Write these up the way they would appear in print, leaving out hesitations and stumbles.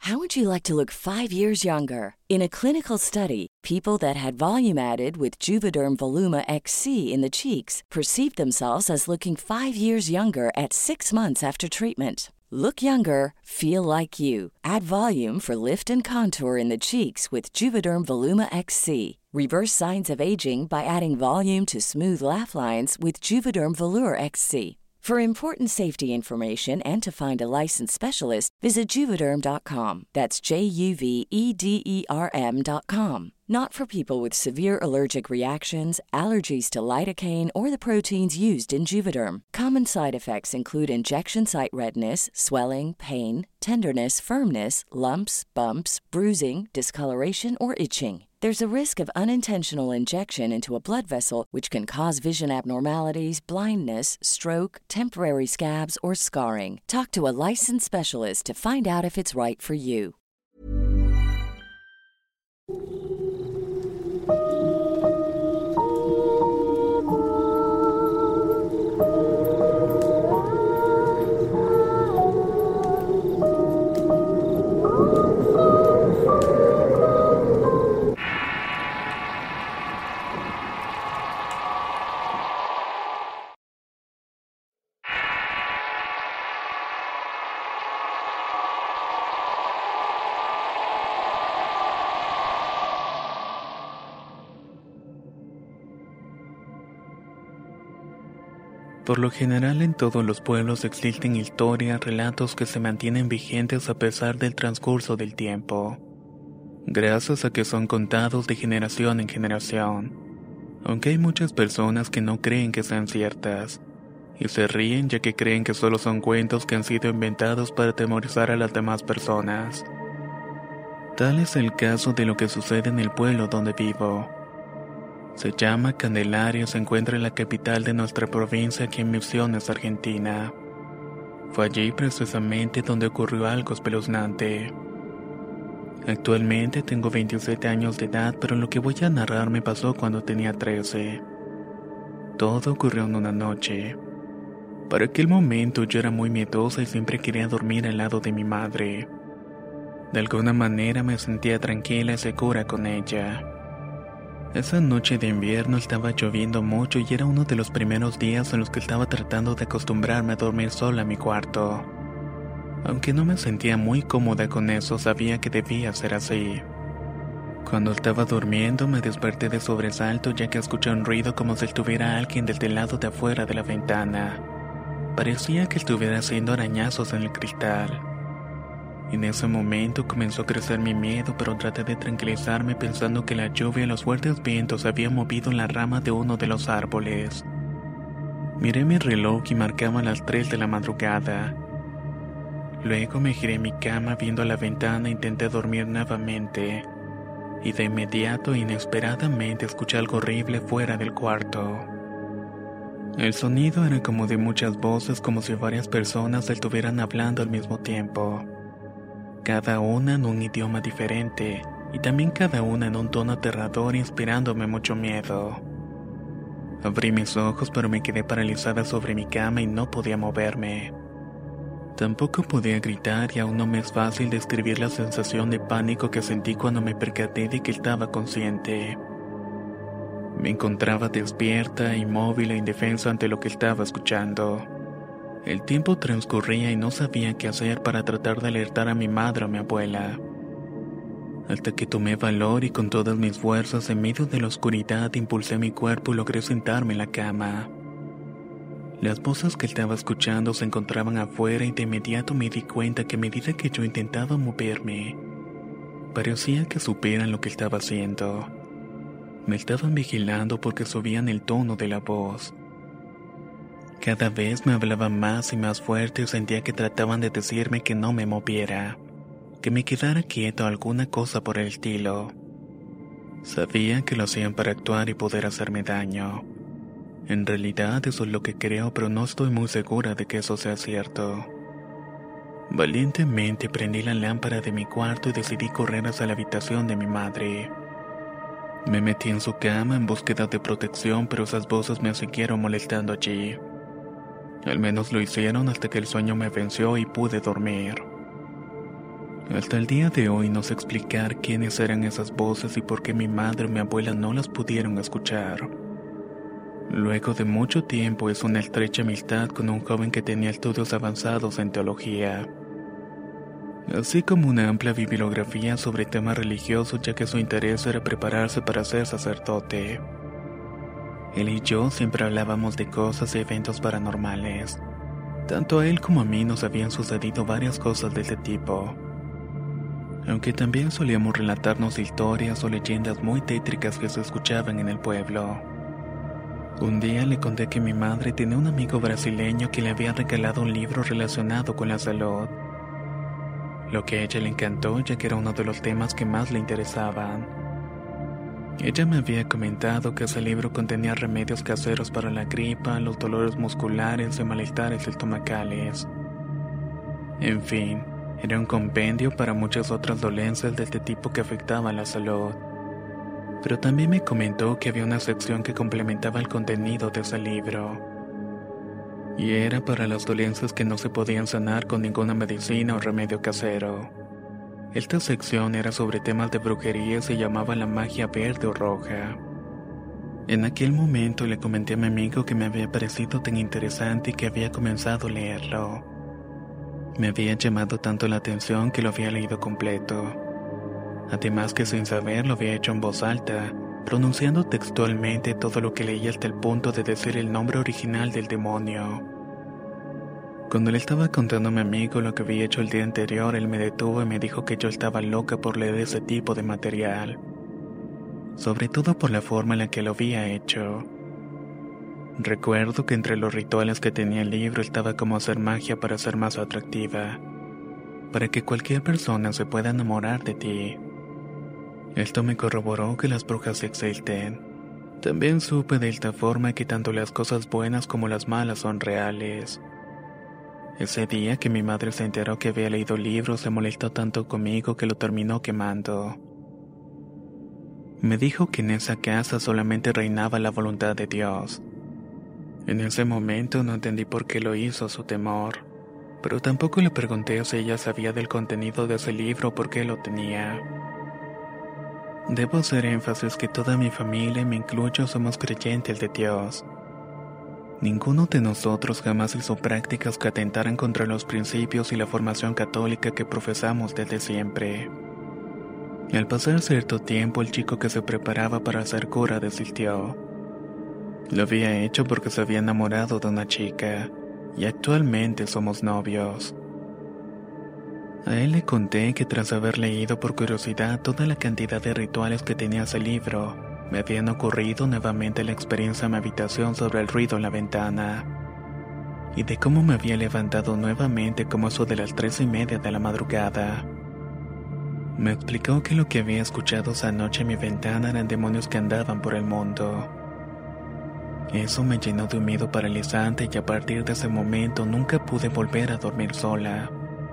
How would you like to look 5 years younger? In a clinical study, people that had volume added with Juvederm Voluma XC in the cheeks perceived themselves as looking 5 years younger at 6 months after treatment. Look younger, feel like you. Add volume for lift and contour in the cheeks with Juvederm Voluma XC. Reverse signs of aging by adding volume to smooth laugh lines with Juvederm Volure XC. For important safety information and to find a licensed specialist, visit Juvederm.com. That's JUVEDERM.com. Not for people with severe allergic reactions, allergies to lidocaine, or the proteins used in Juvederm. Common side effects include injection site redness, swelling, pain, tenderness, firmness, lumps, bumps, bruising, discoloration, or itching. There's a risk of unintentional injection into a blood vessel, which can cause vision abnormalities, blindness, stroke, temporary scabs, or scarring. Talk to a licensed specialist to find out if it's right for you. Por lo general en todos los pueblos existen historias, relatos que se mantienen vigentes a pesar del transcurso del tiempo, gracias a que son contados de generación en generación, aunque hay muchas personas que no creen que sean ciertas, y se ríen ya que creen que solo son cuentos que han sido inventados para atemorizar a las demás personas. Tal es el caso de lo que sucede en el pueblo donde vivo. Se llama Candelaria y se encuentra en la capital de nuestra provincia, aquí en Misiones, Argentina. Fue allí precisamente donde ocurrió algo espeluznante. Actualmente tengo 27 años de edad, pero lo que voy a narrar me pasó cuando tenía 13. Todo ocurrió en una noche. Para aquel momento yo era muy miedosa y siempre quería dormir al lado de mi madre. De alguna manera me sentía tranquila y segura con ella. Esa noche de invierno estaba lloviendo mucho y era uno de los primeros días en los que estaba tratando de acostumbrarme a dormir sola en mi cuarto. Aunque no me sentía muy cómoda con eso, sabía que debía ser así. Cuando estaba durmiendo me desperté de sobresalto ya que escuché un ruido como si estuviera alguien desde el lado de afuera de la ventana. Parecía que estuviera haciendo arañazos en el cristal. En ese momento comenzó a crecer mi miedo, pero traté de tranquilizarme pensando que la lluvia y los fuertes vientos habían movido la rama de uno de los árboles. Miré mi reloj y marcaba las 3 de la madrugada. Luego me giré en mi cama viendo a la ventana e intenté dormir nuevamente. Y de inmediato, inesperadamente, escuché algo horrible fuera del cuarto. El sonido era como de muchas voces, como si varias personas estuvieran hablando al mismo tiempo. Cada una en un idioma diferente, y también cada una en un tono aterrador, inspirándome mucho miedo. Abrí mis ojos, pero me quedé paralizada sobre mi cama y no podía moverme. Tampoco podía gritar y aún no me es fácil describir la sensación de pánico que sentí cuando me percaté de que estaba consciente. Me encontraba despierta, inmóvil e indefensa ante lo que estaba escuchando. El tiempo transcurría y no sabía qué hacer para tratar de alertar a mi madre o a mi abuela. Hasta que tomé valor y con todas mis fuerzas en medio de la oscuridad impulsé mi cuerpo y logré sentarme en la cama. Las voces que estaba escuchando se encontraban afuera y de inmediato me di cuenta que a medida que yo intentaba moverme, parecía que supieran lo que estaba haciendo. Me estaban vigilando porque subían el tono de la voz. Cada vez me hablaban más y más fuerte y sentía que trataban de decirme que no me moviera, que me quedara quieto o alguna cosa por el estilo. Sabía que lo hacían para actuar y poder hacerme daño. En realidad eso es lo que creo, pero no estoy muy segura de que eso sea cierto. Valientemente prendí la lámpara de mi cuarto y decidí correr hacia la habitación de mi madre. Me metí en su cama en búsqueda de protección, pero esas voces me siguieron molestando allí. Al menos lo hicieron hasta que el sueño me venció y pude dormir. Hasta el día de hoy no sé explicar quiénes eran esas voces y por qué mi madre y mi abuela no las pudieron escuchar. Luego de mucho tiempo hice una estrecha amistad con un joven que tenía estudios avanzados en teología, así como una amplia bibliografía sobre temas religiosos, ya que su interés era prepararse para ser sacerdote. Él y yo siempre hablábamos de cosas y eventos paranormales. Tanto a él como a mí nos habían sucedido varias cosas de este tipo, aunque también solíamos relatarnos historias o leyendas muy tétricas que se escuchaban en el pueblo. Un día le conté que mi madre tenía un amigo brasileño que le había regalado un libro relacionado con la salud, lo que a ella le encantó ya que era uno de los temas que más le interesaban. Ella me había comentado que ese libro contenía remedios caseros para la gripa, los dolores musculares y malestares estomacales. En fin, era un compendio para muchas otras dolencias de este tipo que afectaban la salud. Pero también me comentó que había una sección que complementaba el contenido de ese libro, y era para las dolencias que no se podían sanar con ninguna medicina o remedio casero. Esta sección era sobre temas de brujería y se llamaba la magia verde o roja. En aquel momento le comenté a mi amigo que me había parecido tan interesante y que había comenzado a leerlo. Me había llamado tanto la atención que lo había leído completo. Además que sin saber lo había hecho en voz alta, pronunciando textualmente todo lo que leía hasta el punto de decir el nombre original del demonio. Cuando le estaba contando a mi amigo lo que había hecho el día anterior, él me detuvo y me dijo que yo estaba loca por leer ese tipo de material, sobre todo por la forma en la que lo había hecho. Recuerdo que entre los rituales que tenía el libro estaba como hacer magia para ser más atractiva, para que cualquier persona se pueda enamorar de ti. Esto me corroboró que las brujas existen. También supe de esta forma que tanto las cosas buenas como las malas son reales. Ese día que mi madre se enteró que había leído libros, se molestó tanto conmigo que lo terminó quemando. Me dijo que en esa casa solamente reinaba la voluntad de Dios. En ese momento no entendí por qué lo hizo su temor, pero tampoco le pregunté si ella sabía del contenido de ese libro o por qué lo tenía. Debo hacer énfasis que toda mi familia, y me incluyo, somos creyentes de Dios. Ninguno de nosotros jamás hizo prácticas que atentaran contra los principios y la formación católica que profesamos desde siempre. Al pasar cierto tiempo, el chico que se preparaba para ser cura desistió. Lo había hecho porque se había enamorado de una chica, y actualmente somos novios. A él le conté que tras haber leído por curiosidad toda la cantidad de rituales que tenía ese libro, me habían ocurrido nuevamente la experiencia en mi habitación sobre el ruido en la ventana, y de cómo me había levantado nuevamente como eso de las 3:30 de la madrugada. Me explicó que lo que había escuchado esa noche en mi ventana eran demonios que andaban por el mundo. Eso me llenó de un miedo paralizante y a partir de ese momento nunca pude volver a dormir sola.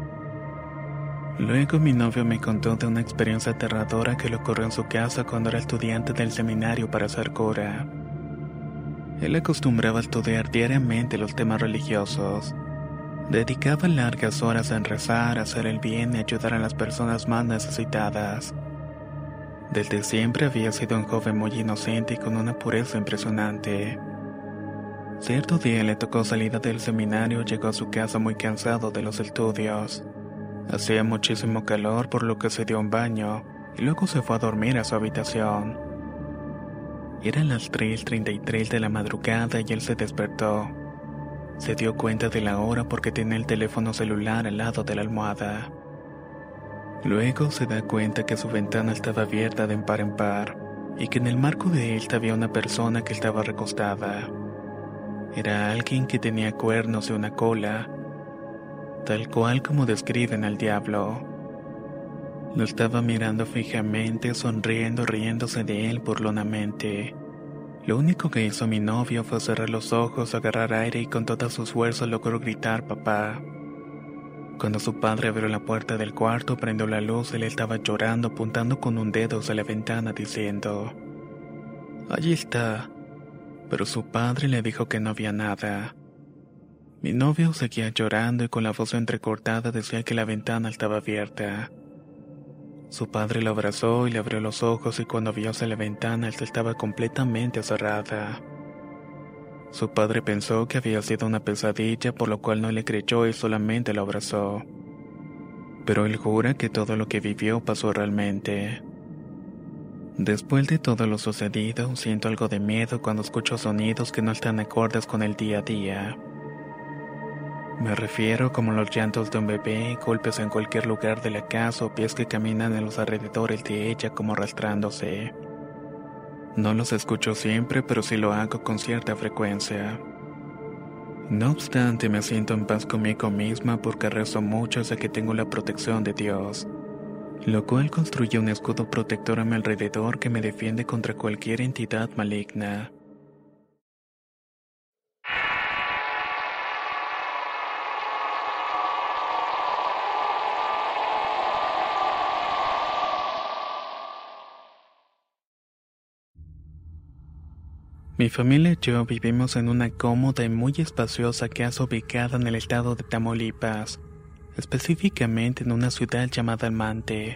Luego mi novio me contó de una experiencia aterradora que le ocurrió en su casa cuando era estudiante del seminario para ser cura. Él acostumbraba a estudiar diariamente los temas religiosos. Dedicaba largas horas en rezar, hacer el bien y ayudar a las personas más necesitadas. Desde siempre había sido un joven muy inocente y con una pureza impresionante. Cierto día le tocó salida del seminario y llegó a su casa muy cansado de los estudios. Hacía muchísimo calor por lo que se dio un baño y luego se fue a dormir a su habitación. Eran las 3:33 de la madrugada y él se despertó. Se dio cuenta de la hora porque tenía el teléfono celular al lado de la almohada. Luego se da cuenta que su ventana estaba abierta de par en par y que en el marco de él había una persona que estaba recostada. Era alguien que tenía cuernos y una cola, tal cual como describen al diablo. Lo estaba mirando fijamente, sonriendo, riéndose de él burlonamente. Lo único que hizo mi novio fue cerrar los ojos, agarrar aire y con todas sus fuerzas logró gritar «papá». Cuando su padre abrió la puerta del cuarto, prendió la luz, él estaba llorando, apuntando con un dedo hacia la ventana, diciendo «Allí está». Pero su padre le dijo que no había nada. Mi novio seguía llorando y con la voz entrecortada decía que la ventana estaba abierta. Su padre lo abrazó y le abrió los ojos y cuando vio hacia la ventana esta estaba completamente cerrada. Su padre pensó que había sido una pesadilla, por lo cual no le creyó y solamente lo abrazó. Pero él jura que todo lo que vivió pasó realmente. Después de todo lo sucedido, siento algo de miedo cuando escucho sonidos que no están acordes con el día a día. Me refiero como los llantos de un bebé, golpes en cualquier lugar de la casa o pies que caminan en los alrededores de ella como arrastrándose. No los escucho siempre, pero sí lo hago con cierta frecuencia. No obstante, me siento en paz conmigo misma porque rezo mucho hasta que tengo la protección de Dios, lo cual construye un escudo protector a mi alrededor que me defiende contra cualquier entidad maligna. Mi familia y yo vivimos en una cómoda y muy espaciosa casa ubicada en el estado de Tamaulipas, específicamente en una ciudad llamada Almante.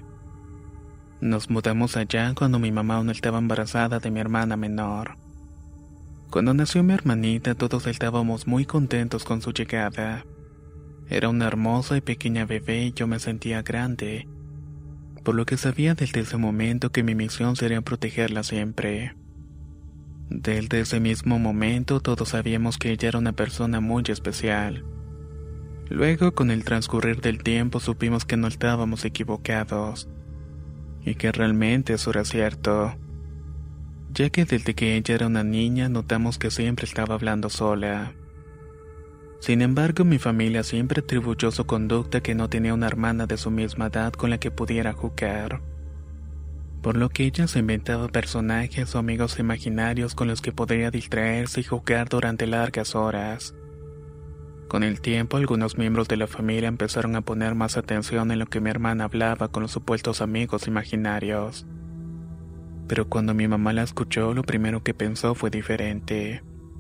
Nos mudamos allá cuando mi mamá aún estaba embarazada de mi hermana menor. Cuando nació mi hermanita todos estábamos muy contentos con su llegada. Era una hermosa y pequeña bebé y yo me sentía grande, por lo que sabía desde ese momento que mi misión sería protegerla siempre. Desde ese mismo momento todos sabíamos que ella era una persona muy especial. Luego, con el transcurrir del tiempo, supimos que no estábamos equivocados, y que realmente eso era cierto, ya que desde que ella era una niña notamos que siempre estaba hablando sola. Sin embargo, mi familia siempre atribuyó su conducta que no tenía una hermana de su misma edad con la que pudiera jugar, por lo que ella se inventaba personajes o amigos imaginarios con los que podría distraerse y jugar durante largas horas. Con el tiempo, algunos miembros de la familia empezaron a poner más atención en lo que mi hermana hablaba con los supuestos amigos imaginarios. Pero cuando mi mamá la escuchó, lo primero que pensó fue diferente.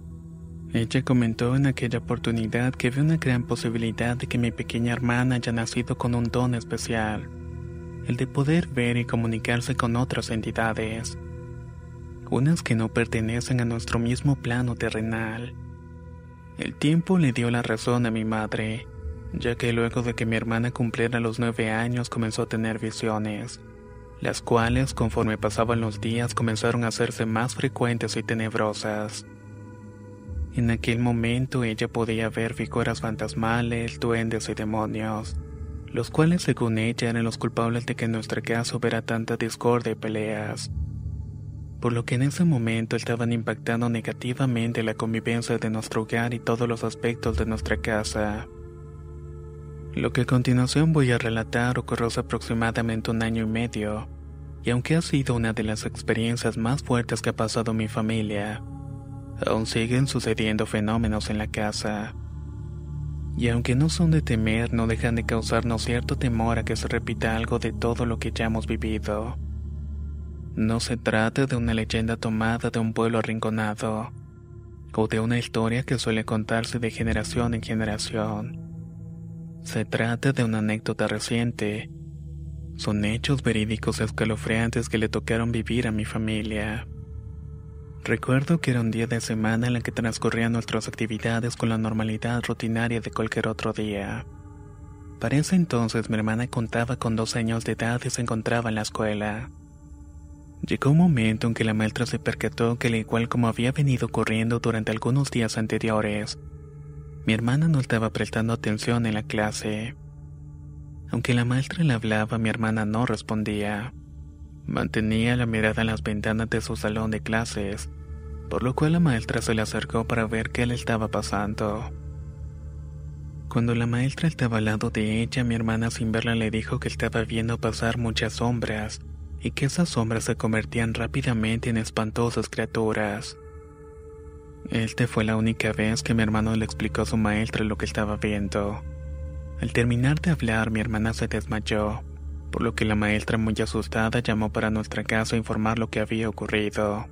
Ella comentó en aquella oportunidad que ve una gran posibilidad de que mi pequeña hermana haya nacido con un don especial, el de poder ver y comunicarse con otras entidades, unas que no pertenecen a nuestro mismo plano terrenal. El tiempo le dio la razón a mi madre, ya que luego de que mi hermana cumpliera los 9 años comenzó a tener visiones, las cuales conforme pasaban los días comenzaron a hacerse más frecuentes y tenebrosas. En aquel momento ella podía ver figuras fantasmales, duendes y demonios, los cuales según ella eran los culpables de que en nuestra casa hubiera tanta discordia y peleas, por lo que en ese momento estaban impactando negativamente la convivencia de nuestro hogar y todos los aspectos de nuestra casa. Lo que a continuación voy a relatar ocurrió hace aproximadamente 1 año y medio, y aunque ha sido una de las experiencias más fuertes que ha pasado mi familia, aún siguen sucediendo fenómenos en la casa. Y aunque no son de temer, no dejan de causarnos cierto temor a que se repita algo de todo lo que ya hemos vivido. No se trata de una leyenda tomada de un pueblo arrinconado, o de una historia que suele contarse de generación en generación. Se trata de una anécdota reciente. Son hechos verídicos escalofriantes que le tocaron vivir a mi familia. Recuerdo que era un día de semana en el que transcurrían nuestras actividades con la normalidad rutinaria de cualquier otro día. Para ese entonces mi hermana contaba con 2 años de edad y se encontraba en la escuela. Llegó un momento en que la maestra se percató que al igual como había venido ocurriendo durante algunos días anteriores, mi hermana no estaba prestando atención en la clase. Aunque la maestra le hablaba, mi hermana no respondía. Mantenía la mirada en las ventanas de su salón de clases, por lo cual la maestra se le acercó para ver qué le estaba pasando. Cuando la maestra estaba al lado de ella, mi hermana sin verla le dijo que estaba viendo pasar muchas sombras, y que esas sombras se convertían rápidamente en espantosas criaturas. Esta fue la única vez que mi hermano le explicó a su maestra lo que estaba viendo. Al terminar de hablar, mi hermana se desmayó, por lo que la maestra, muy asustada, llamó para nuestra casa a informar lo que había ocurrido.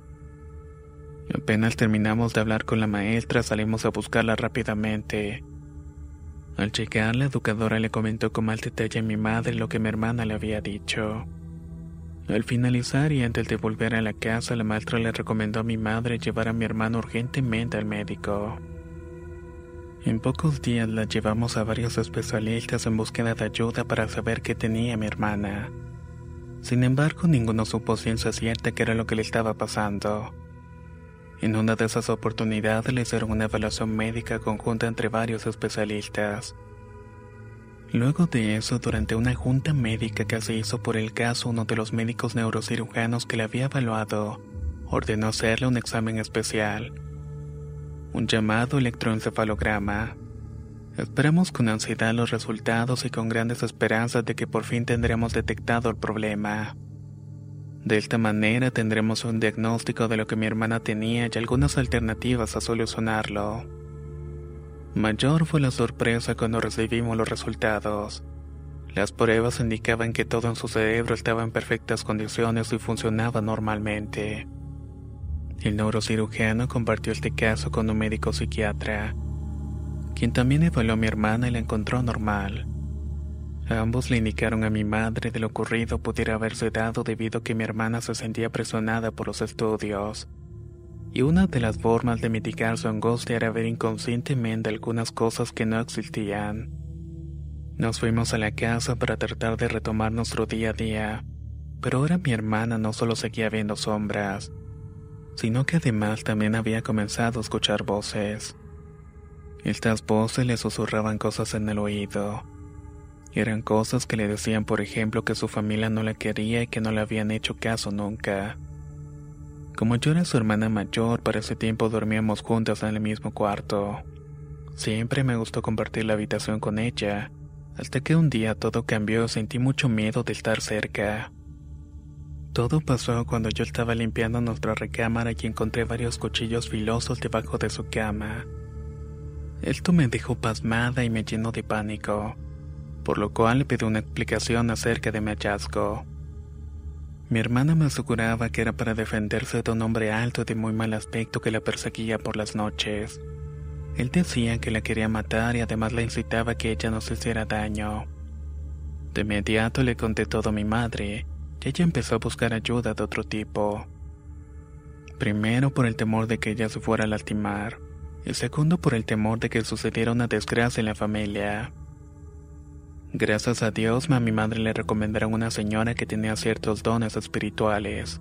Apenas terminamos de hablar con la maestra, salimos a buscarla rápidamente. Al llegar, la educadora le comentó con mal detalle a mi madre lo que mi hermana le había dicho. Al finalizar y antes de volver a la casa, la maestra le recomendó a mi madre llevar a mi hermano urgentemente al médico. En pocos días la llevamos a varios especialistas en búsqueda de ayuda para saber qué tenía mi hermana. Sin embargo, ninguno supo ciencia cierta qué era lo que le estaba pasando. En una de esas oportunidades le hicieron una evaluación médica conjunta entre varios especialistas. Luego de eso, durante una junta médica que se hizo por el caso, uno de los médicos neurocirujanos que la había evaluado ordenó hacerle un examen especial, un llamado electroencefalograma. Esperamos con ansiedad los resultados y con grandes esperanzas de que por fin tendremos detectado el problema. De esta manera tendremos un diagnóstico de lo que mi hermana tenía y algunas alternativas a solucionarlo. Mayor fue la sorpresa cuando recibimos los resultados. Las pruebas indicaban que todo en su cerebro estaba en perfectas condiciones y funcionaba normalmente. El neurocirujano compartió este caso con un médico psiquiatra, quien también evaluó a mi hermana y la encontró normal. Ambos le indicaron a mi madre de lo ocurrido pudiera haberse dado debido a que mi hermana se sentía presionada por los estudios. Y una de las formas de mitigar su angustia era ver inconscientemente algunas cosas que no existían. Nos fuimos a la casa para tratar de retomar nuestro día a día, pero ahora mi hermana no solo seguía viendo sombras, sino que además también había comenzado a escuchar voces. Estas voces le susurraban cosas en el oído. Eran cosas que le decían, por ejemplo, que su familia no la quería y que no le habían hecho caso nunca. Como yo era su hermana mayor, para ese tiempo dormíamos juntas en el mismo cuarto. Siempre me gustó compartir la habitación con ella, hasta que un día todo cambió y sentí mucho miedo de estar cerca. Todo pasó cuando yo estaba limpiando nuestra recámara y encontré varios cuchillos filosos debajo de su cama. Esto me dejó pasmada y me llenó de pánico, por lo cual le pedí una explicación acerca de mi hallazgo. Mi hermana me aseguraba que era para defenderse de un hombre alto y de muy mal aspecto que la perseguía por las noches. Él decía que la quería matar y además la incitaba a que ella no se hiciera daño. De inmediato le conté todo a mi madre, y ella empezó a buscar ayuda de otro tipo. Primero por el temor de que ella se fuera a lastimar, y segundo por el temor de que sucediera una desgracia en la familia. Gracias a Dios, a mi madre le recomendaron una señora que tenía ciertos dones espirituales.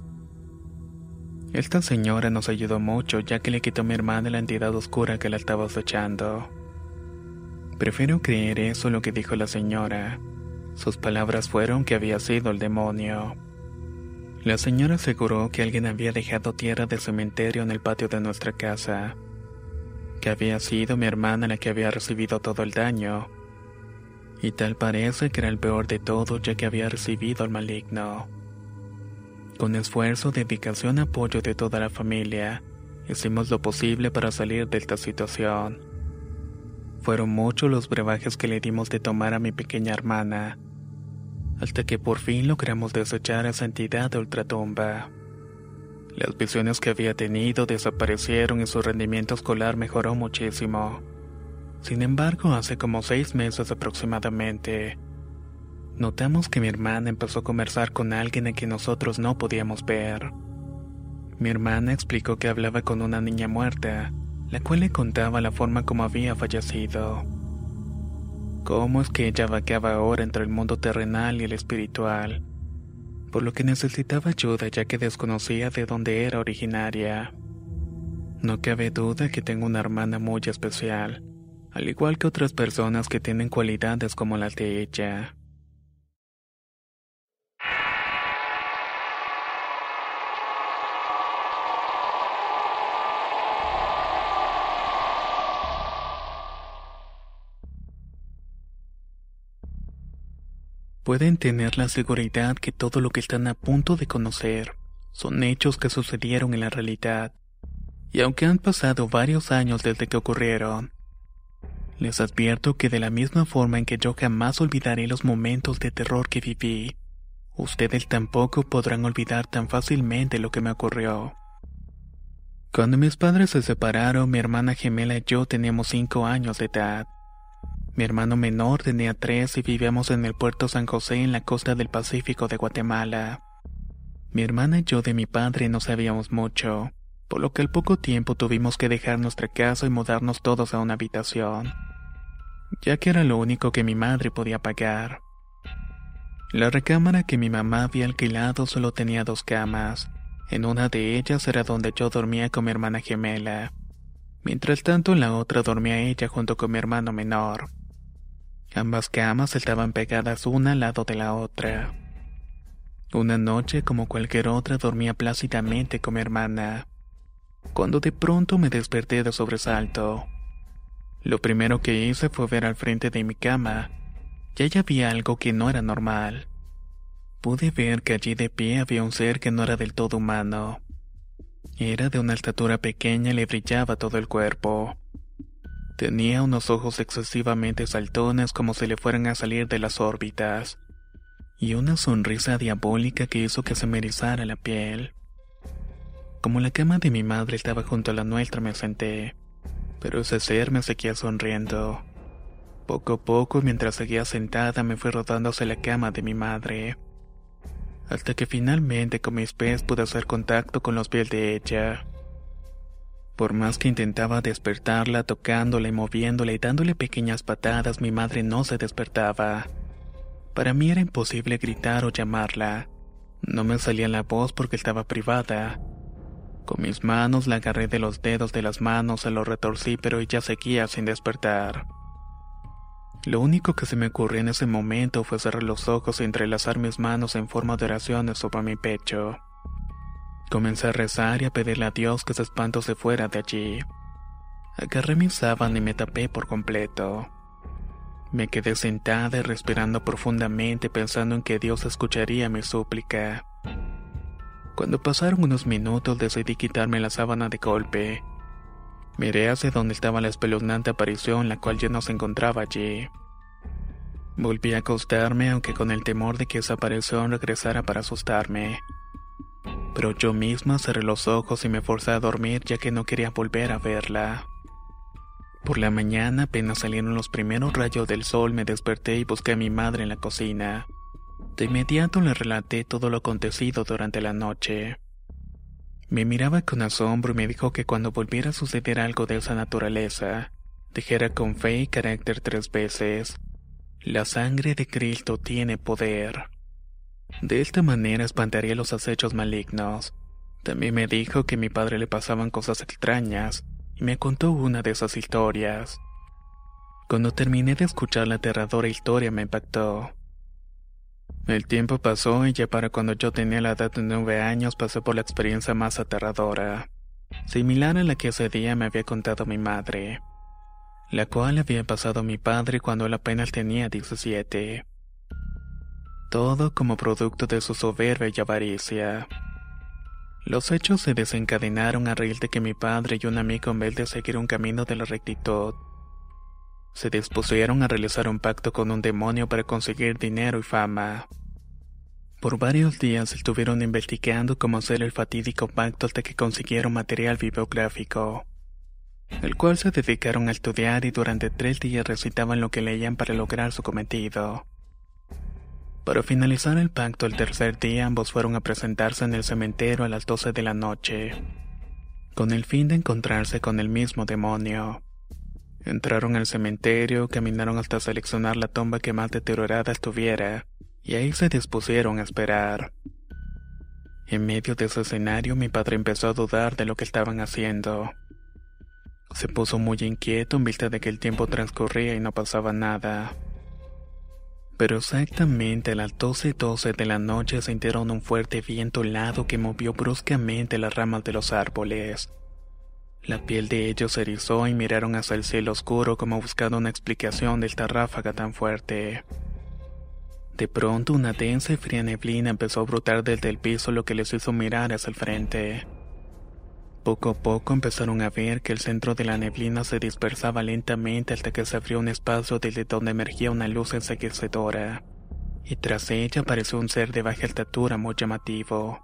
Esta señora nos ayudó mucho, ya que le quitó a mi hermana la entidad oscura que la estaba acechando. Prefiero creer eso lo que dijo la señora. Sus palabras fueron que había sido el demonio. La señora aseguró que alguien había dejado tierra de cementerio en el patio de nuestra casa, que había sido mi hermana la que había recibido todo el daño, y tal parece que era el peor de todo, ya que había recibido al maligno. Con esfuerzo, dedicación y apoyo de toda la familia, hicimos lo posible para salir de esta situación. Fueron muchos los brebajes que le dimos de tomar a mi pequeña hermana, hasta que por fin logramos desechar a esa entidad de ultratumba. Las visiones que había tenido desaparecieron y su rendimiento escolar mejoró muchísimo. Sin embargo, hace como 6 meses aproximadamente, notamos que mi hermana empezó a conversar con alguien a quien nosotros no podíamos ver. Mi hermana explicó que hablaba con una niña muerta, la cual le contaba la forma como había fallecido. Cómo es que ella vagueaba ahora entre el mundo terrenal y el espiritual, por lo que necesitaba ayuda ya que desconocía de dónde era originaria. No cabe duda que tengo una hermana muy especial, al igual que otras personas que tienen cualidades como las de ella. Pueden tener la seguridad que todo lo que están a punto de conocer son hechos que sucedieron en la realidad, y aunque han pasado varios años desde que ocurrieron, les advierto que de la misma forma en que yo jamás olvidaré los momentos de terror que viví, ustedes tampoco podrán olvidar tan fácilmente lo que me ocurrió. Cuando mis padres se separaron, mi hermana gemela y yo teníamos 5 años de edad. Mi hermano menor tenía 3 y vivíamos en el puerto San José en la costa del Pacífico de Guatemala. Mi hermana y yo de mi padre no sabíamos mucho, por lo que al poco tiempo tuvimos que dejar nuestra casa y mudarnos todos a una habitación, ya que era lo único que mi madre podía pagar. La recámara que mi mamá había alquilado solo tenía 2 camas. En una de ellas era donde yo dormía con mi hermana gemela. Mientras tanto en la otra dormía ella junto con mi hermano menor. Ambas camas estaban pegadas una al lado de la otra. Una noche, como cualquier otra, dormía plácidamente con mi hermana, cuando de pronto me desperté de sobresalto. Lo primero que hice fue ver al frente de mi cama, y allí había algo que no era normal. Pude ver que allí de pie había un ser que no era del todo humano. Era de una estatura pequeña y le brillaba todo el cuerpo. Tenía unos ojos excesivamente saltones como si le fueran a salir de las órbitas, y una sonrisa diabólica que hizo que se me erizara la piel. Como la cama de mi madre estaba junto a la nuestra, me senté, pero ese ser me seguía sonriendo. Poco a poco, mientras seguía sentada, me fui rodando hacia la cama de mi madre, hasta que finalmente con mis pies pude hacer contacto con los pies de ella. Por más que intentaba despertarla, tocándola y moviéndola y dándole pequeñas patadas, mi madre no se despertaba. Para mí era imposible gritar o llamarla. No me salía la voz porque estaba privada. Con mis manos la agarré de los dedos de las manos, se lo retorcí, pero ella seguía sin despertar. Lo único que se me ocurrió en ese momento fue cerrar los ojos y entrelazar mis manos en forma de oraciones sobre mi pecho. Comencé a rezar y a pedirle a Dios que ese espanto se fuera de allí. Agarré mi sábana y me tapé por completo. Me quedé sentada y respirando profundamente, pensando en que Dios escucharía mi súplica. Cuando pasaron unos minutos decidí quitarme la sábana de golpe. Miré hacia donde estaba la espeluznante aparición, la cual ya no se encontraba allí. Volví a acostarme, aunque con el temor de que esa aparición regresara para asustarme. Pero yo misma cerré los ojos y me forcé a dormir, ya que no quería volver a verla. Por la mañana, apenas salieron los primeros rayos del sol, me desperté y busqué a mi madre en la cocina. De inmediato le relaté todo lo acontecido durante la noche. Me miraba con asombro y me dijo que cuando volviera a suceder algo de esa naturaleza, dijera con fe y carácter 3 veces: la sangre de Cristo tiene poder. De esta manera espantaría los acechos malignos. También me dijo que a mi padre le pasaban cosas extrañas, y me contó una de esas historias. Cuando terminé de escuchar la aterradora historia me impactó. El tiempo pasó y ya para cuando yo tenía la edad de 9 años pasé por la experiencia más aterradora, similar a la que ese día me había contado mi madre, la cual había pasado a mi padre cuando él apenas tenía 17. Todo como producto de su soberbia y avaricia. Los hechos se desencadenaron a raíz de que mi padre y un amigo, en vez de seguir un camino de la rectitud, se dispusieron a realizar un pacto con un demonio para conseguir dinero y fama. Por varios días estuvieron investigando cómo hacer el fatídico pacto hasta que consiguieron material bibliográfico, el cual se dedicaron a estudiar y durante 3 días recitaban lo que leían para lograr su cometido. Para finalizar el pacto, el tercer día ambos fueron a presentarse en el cementerio a las 12 de la noche, con el fin de encontrarse con el mismo demonio. Entraron al cementerio, caminaron hasta seleccionar la tumba que más deteriorada estuviera, y ahí se dispusieron a esperar. En medio de ese escenario, mi padre empezó a dudar de lo que estaban haciendo. Se puso muy inquieto en vista de que el tiempo transcurría y no pasaba nada. Pero exactamente a las 12:12 de la noche sintieron un fuerte viento helado que movió bruscamente las ramas de los árboles. La piel de ellos se erizó y miraron hacia el cielo oscuro como buscando una explicación de esta ráfaga tan fuerte. De pronto una densa y fría neblina empezó a brotar desde el piso, lo que les hizo mirar hacia el frente. Poco a poco empezaron a ver que el centro de la neblina se dispersaba lentamente hasta que se abrió un espacio desde donde emergía una luz enseguecedora, y tras ella apareció un ser de baja estatura muy llamativo.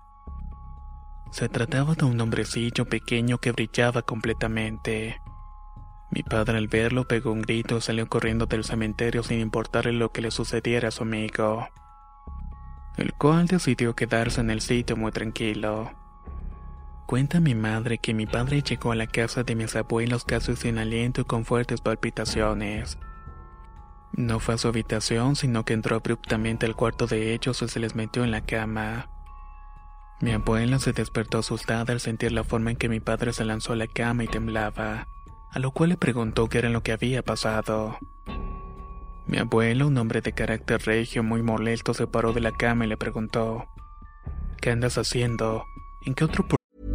Se trataba de un hombrecillo pequeño que brillaba completamente. Mi padre al verlo pegó un grito y salió corriendo del cementerio sin importarle lo que le sucediera a su amigo. el cual decidió quedarse en el sitio muy tranquilo. Cuenta mi madre que mi padre llegó a la casa de mis abuelos casi sin aliento y con fuertes palpitaciones. No fue a su habitación, sino que entró abruptamente al cuarto de ellos y se les metió en la cama. Mi abuela se despertó asustada al sentir la forma en que mi padre se lanzó a la cama y temblaba, a lo cual le preguntó qué era lo que había pasado. Mi abuelo, un hombre de carácter regio muy molesto, se paró de la cama y le preguntó: ¿Qué andas haciendo? ¿En qué otro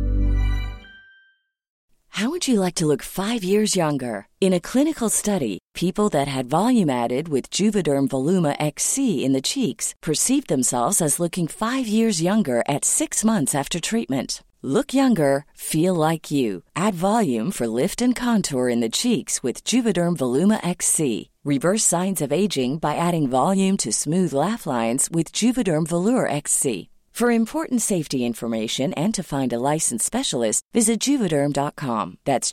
How would you like to look 5 years younger? In a clinical study, people that had volume added with Juvederm Voluma XC in the cheeks perceived themselves as looking 5 years younger at 6 months after treatment. Look younger, feel like you. Add volume for lift and contour in the cheeks with Juvederm Voluma XC. Reverse signs of aging by adding volume to smooth laugh lines with Juvederm Volure XC. For important safety information and to find a licensed specialist, visit Juvederm.com. That's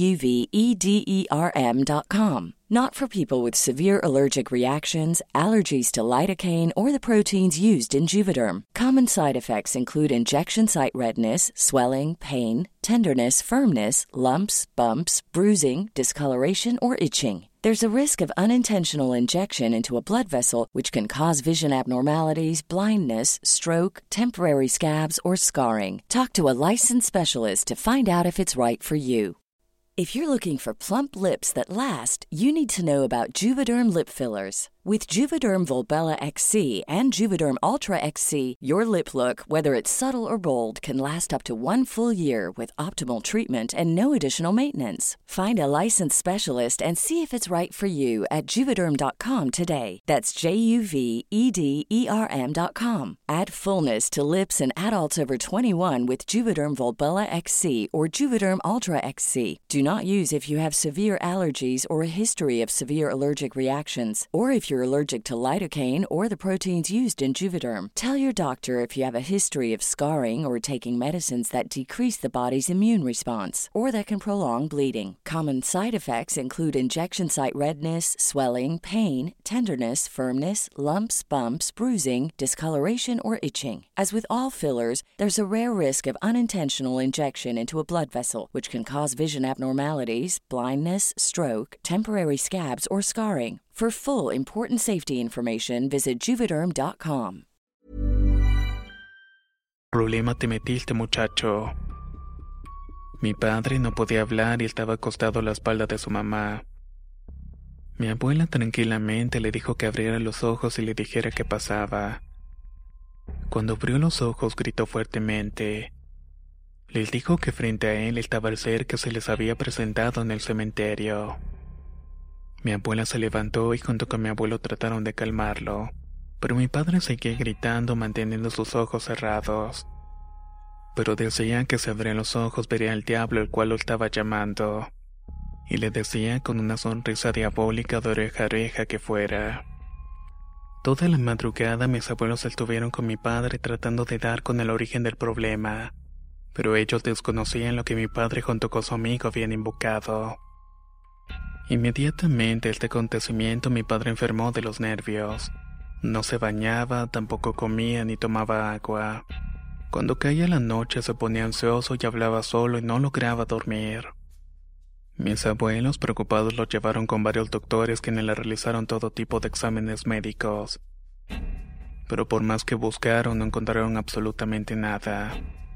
JUVEDERM.com. Not for people with severe allergic reactions, allergies to lidocaine, or the proteins used in Juvederm. Common side effects include injection site redness, swelling, pain, tenderness, firmness, lumps, bumps, bruising, discoloration, or itching. There's a risk of unintentional injection into a blood vessel, which can cause vision abnormalities, blindness, stroke, temporary scabs, or scarring. Talk to a licensed specialist to find out if it's right for you. If you're looking for plump lips that last, you need to know about Juvederm lip fillers. With Juvederm Volbella XC and Juvederm Ultra XC, your lip look, whether it's subtle or bold, can last up to 1 full year with optimal treatment and no additional maintenance. Find a licensed specialist and see if it's right for you at Juvederm.com today. That's JUVEDERM.com. Add fullness to lips in adults over 21 with Juvederm Volbella XC or Juvederm Ultra XC. Do not use if you have severe allergies or a history of severe allergic reactions, or if you're allergic to lidocaine or the proteins used in Juvederm. Tell your doctor if you have a history of scarring or taking medicines that decrease the body's immune response or that can prolong bleeding. Common side effects include injection site redness, swelling, pain, tenderness, firmness, lumps, bumps, bruising, discoloration, or itching. As with all fillers, there's a rare risk of unintentional injection into a blood vessel, which can cause vision abnormalities, blindness, stroke, temporary scabs, or scarring. For full important safety information, visit Juvederm.com. problema te metiste, muchacho? Mi padre no podía hablar y estaba acostado a la espalda de su mamá. Mi abuela tranquilamente le dijo que abriera los ojos y le dijera qué pasaba. Cuando abrió los ojos gritó fuertemente. Les dijo que frente a él estaba el ser que se les había presentado en el cementerio. Mi abuela se levantó y junto con mi abuelo trataron de calmarlo, pero mi padre seguía gritando manteniendo sus ojos cerrados. Pero decía que si abría los ojos vería al diablo el cual lo estaba llamando, y le decía con una sonrisa diabólica de oreja a oreja que fuera. Toda la madrugada mis abuelos estuvieron con mi padre tratando de dar con el origen del problema, pero ellos desconocían lo que mi padre junto con su amigo habían invocado. Inmediatamente a este acontecimiento mi padre enfermó de los nervios. No se bañaba, tampoco comía ni tomaba agua. Cuando caía la noche se ponía ansioso y hablaba solo y no lograba dormir. Mis abuelos preocupados lo llevaron con varios doctores quienes le realizaron todo tipo de exámenes médicos. Pero por más que buscaron no encontraron absolutamente nada.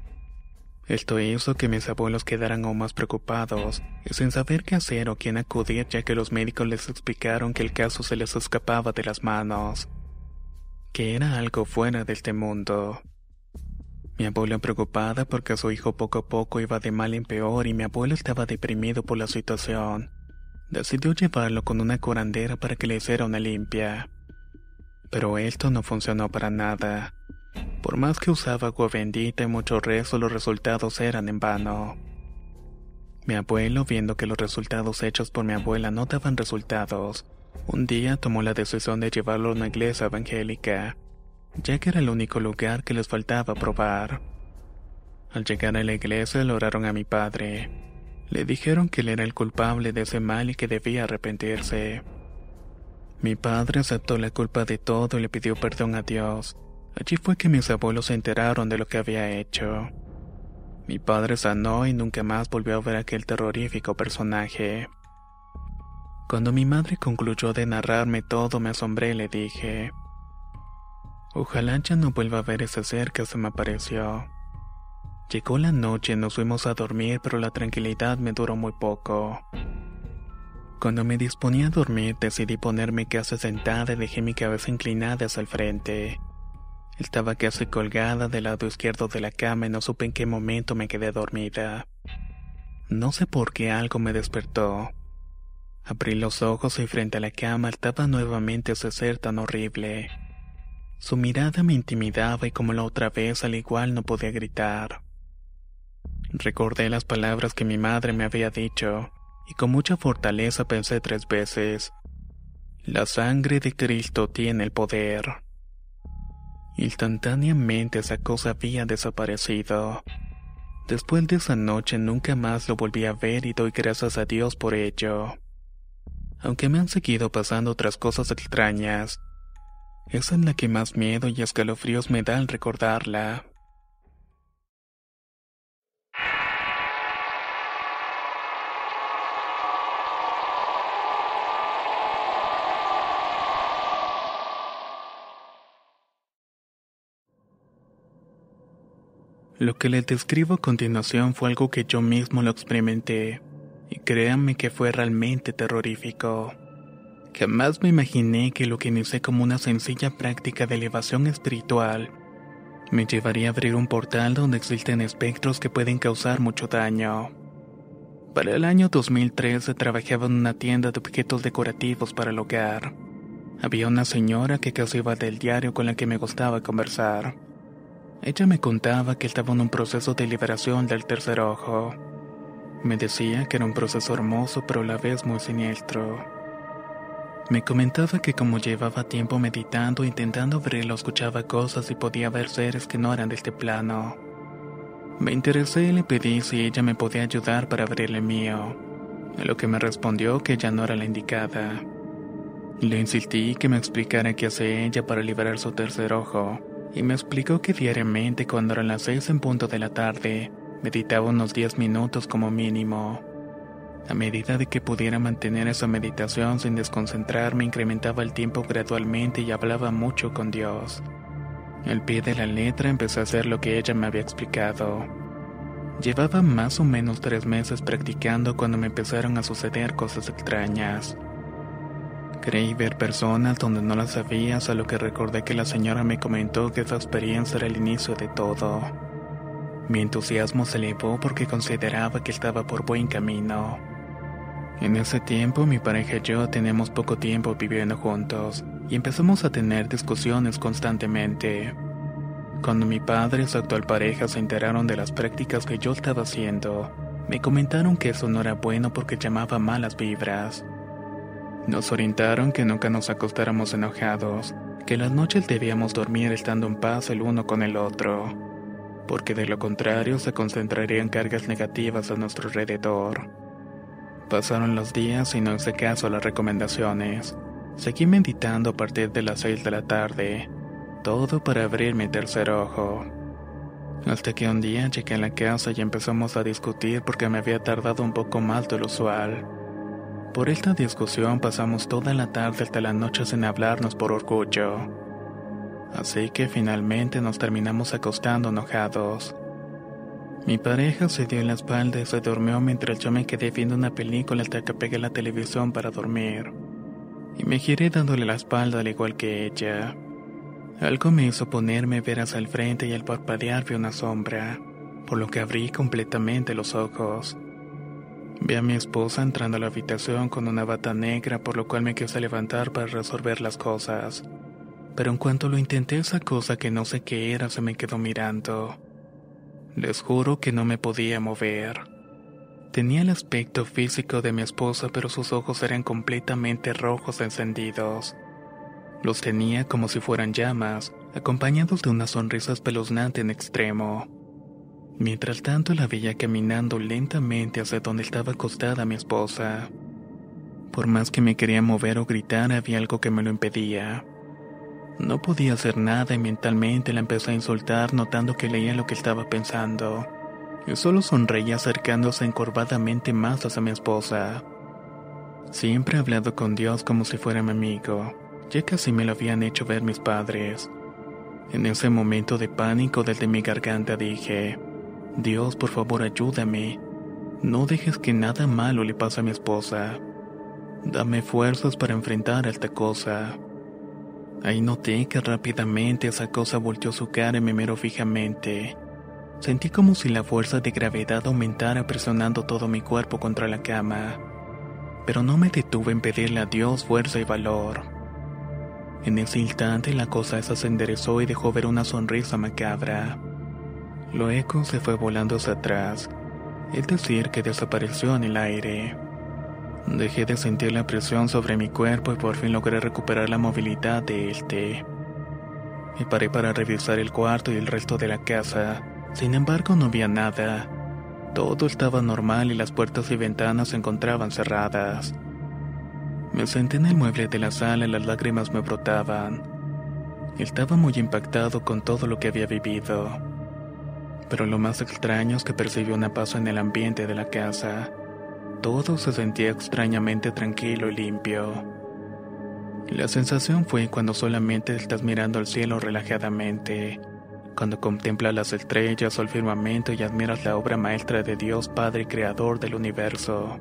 Esto hizo que mis abuelos quedaran aún más preocupados y sin saber qué hacer o quién acudir, ya que los médicos les explicaron que el caso se les escapaba de las manos, que era algo fuera de este mundo. Mi abuela preocupada porque su hijo poco a poco iba de mal en peor y mi abuelo estaba deprimido por la situación, decidió llevarlo con una curandera para que le hiciera una limpia. Pero esto no funcionó para nada. Por más que usaba agua bendita y mucho rezo, los resultados eran en vano. Mi abuelo, viendo que los resultados hechos por mi abuela no daban resultados, un día tomó la decisión de llevarlo a una iglesia evangélica, ya que era el único lugar que les faltaba probar. Al llegar a la iglesia le oraron a mi padre. Le dijeron que él era el culpable de ese mal y que debía arrepentirse. Mi padre aceptó la culpa de todo y le pidió perdón a Dios. Allí fue que mis abuelos se enteraron de lo que había hecho. Mi padre sanó y nunca más volvió a ver a aquel terrorífico personaje. Cuando mi madre concluyó de narrarme todo, me asombré y le dije: ojalá ya no vuelva a ver ese ser que se me apareció. Llegó la noche, nos fuimos a dormir, pero la tranquilidad me duró muy poco. Cuando me disponía a dormir, decidí ponerme casi sentada y dejé mi cabeza inclinada hacia el frente. Estaba casi colgada del lado izquierdo de la cama y no supe en qué momento me quedé dormida. No sé por qué algo me despertó. Abrí los ojos y frente a la cama estaba nuevamente ese ser tan horrible. Su mirada me intimidaba y como la otra vez al igual no podía gritar. Recordé las palabras que mi madre me había dicho y con mucha fortaleza pensé 3 veces: la sangre de Cristo tiene el poder. Instantáneamente esa cosa había desaparecido. Después de esa noche nunca más lo volví a ver y doy gracias a Dios por ello. Aunque me han seguido pasando otras cosas extrañas, esa es la que más miedo y escalofríos me da al recordarla. Lo que les describo a continuación fue algo que yo mismo lo experimenté, y créanme que fue realmente terrorífico. Jamás me imaginé que lo que inicié como una sencilla práctica de elevación espiritual me llevaría a abrir un portal donde existen espectros que pueden causar mucho daño. Para el año 2013 trabajaba en una tienda de objetos decorativos para el hogar. Había una señora que casi iba del diario con la que me gustaba conversar. Ella me contaba que estaba en un proceso de liberación del tercer ojo. Me decía que era un proceso hermoso pero a la vez muy siniestro. Me comentaba que como llevaba tiempo meditando e intentando abrirlo, escuchaba cosas y podía ver seres que no eran de este plano. Me interesé y le pedí si ella me podía ayudar para abrir el mío, a lo que me respondió que ella no era la indicada. Le insistí que me explicara qué hace ella para liberar su tercer ojo, y me explicó que diariamente cuando eran las 6 en punto de la tarde, meditaba unos 10 minutos como mínimo. A medida de que pudiera mantener esa meditación sin desconcentrarme, incrementaba el tiempo gradualmente y hablaba mucho con Dios. Al pie de la letra empecé a hacer lo que ella me había explicado. Llevaba más o menos 3 meses practicando cuando me empezaron a suceder cosas extrañas. Creí ver personas donde no las había, a lo que recordé que la señora me comentó que esa experiencia era el inicio de todo. Mi entusiasmo se elevó porque consideraba que estaba por buen camino. En ese tiempo mi pareja y yo teníamos poco tiempo viviendo juntos y empezamos a tener discusiones constantemente. Cuando mi padre y su actual pareja se enteraron de las prácticas que yo estaba haciendo, me comentaron que eso no era bueno porque llamaba malas vibras. Nos orientaron que nunca nos acostáramos enojados, que las noches debíamos dormir estando en paz el uno con el otro, porque de lo contrario se concentrarían cargas negativas a nuestro alrededor. Pasaron los días y no hice caso a las recomendaciones. Seguí meditando a partir de las 6 de la tarde, todo para abrir mi tercer ojo. Hasta que un día llegué a la casa y empezamos a discutir porque me había tardado un poco más de lo usual. Por esta discusión pasamos toda la tarde hasta la noche sin hablarnos por orgullo. Así que finalmente nos terminamos acostando enojados. Mi pareja se dio en la espalda y se durmió mientras yo me quedé viendo una película hasta que apagué la televisión para dormir. Y me giré dándole la espalda al igual que ella. Algo me hizo ponerme a ver hacia el frente y al parpadear vi una sombra, por lo que abrí completamente los ojos. Vi a mi esposa entrando a la habitación con una bata negra, por lo cual me quise levantar para resolver las cosas. Pero en cuanto lo intenté, esa cosa que no sé qué era se me quedó mirando. Les juro que no me podía mover. Tenía el aspecto físico de mi esposa, pero sus ojos eran completamente rojos encendidos. Los tenía como si fueran llamas, acompañados de una sonrisa espeluznante en extremo. Mientras tanto la veía caminando lentamente hacia donde estaba acostada mi esposa. Por más que me quería mover o gritar, había algo que me lo impedía. No podía hacer nada y mentalmente la empecé a insultar notando que leía lo que estaba pensando. Y solo sonreía acercándose encorvadamente más hacia mi esposa. Siempre he hablado con Dios como si fuera mi amigo, ya que así me lo habían hecho ver mis padres. En ese momento de pánico desde mi garganta dije, Dios, por favor ayúdame. No dejes que nada malo le pase a mi esposa. Dame fuerzas para enfrentar a esta cosa. Ahí noté que rápidamente esa cosa volteó su cara y me miró fijamente. Sentí como si la fuerza de gravedad aumentara presionando todo mi cuerpo contra la cama. Pero no me detuve en pedirle a Dios fuerza y valor. En ese instante la cosa esa se enderezó y dejó ver una sonrisa macabra. Luego se fue volando hacia atrás, es decir, que desapareció en el aire. Dejé de sentir la presión sobre mi cuerpo y por fin logré recuperar la movilidad de este. Me paré para revisar el cuarto y el resto de la casa. Sin embargo, no había nada. Todo estaba normal y las puertas y ventanas se encontraban cerradas. Me senté en el mueble de la sala y las lágrimas me brotaban. Estaba muy impactado con todo lo que había vivido. Pero lo más extraño es que percibí una paz en el ambiente de la casa. Todo se sentía extrañamente tranquilo y limpio. La sensación fue cuando solamente estás mirando al cielo relajadamente, cuando contemplas las estrellas o el firmamento y admiras la obra maestra de Dios Padre Creador del universo.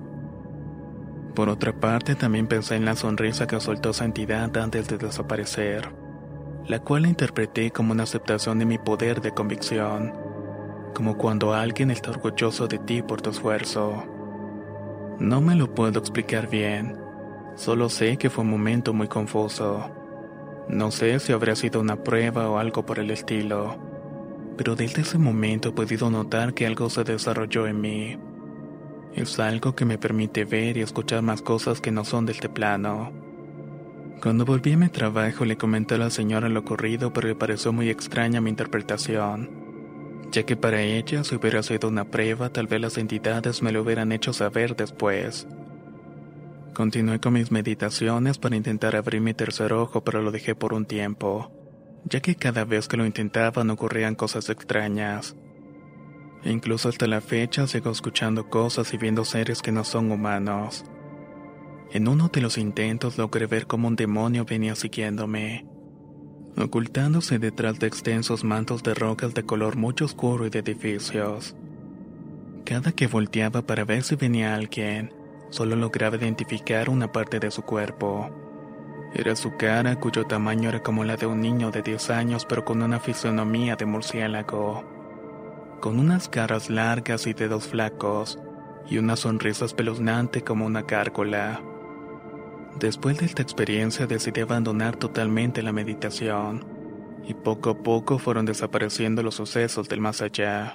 Por otra parte, también pensé en la sonrisa que soltó esa entidad antes de desaparecer, la cual la interpreté como una aceptación de mi poder de convicción, como cuando alguien está orgulloso de ti por tu esfuerzo. No me lo puedo explicar bien, solo sé que fue un momento muy confuso. No sé si habría sido una prueba o algo por el estilo, pero desde ese momento he podido notar que algo se desarrolló en mí. Es algo que me permite ver y escuchar más cosas que no son de este plano. Cuando volví a mi trabajo le comenté a la señora lo ocurrido, pero le pareció muy extraña mi interpretación, ya que para ella, si hubiera sido una prueba, tal vez las entidades me lo hubieran hecho saber después. Continué con mis meditaciones para intentar abrir mi tercer ojo, pero lo dejé por un tiempo, ya que cada vez que lo intentaba no ocurrían cosas extrañas. Incluso hasta la fecha sigo escuchando cosas y viendo seres que no son humanos. En uno de los intentos logré ver cómo un demonio venía siguiéndome, ocultándose detrás de extensos mantos de rocas de color muy oscuro y de edificios. Cada que volteaba para ver si venía alguien, solo lograba identificar una parte de su cuerpo. Era su cara, cuyo tamaño era como la de un niño de 10 años, pero con una fisonomía de murciélago, con unas garras largas y dedos flacos, y una sonrisa espeluznante como una gárgola. Después de esta experiencia decidí abandonar totalmente la meditación, y poco a poco fueron desapareciendo los sucesos del más allá.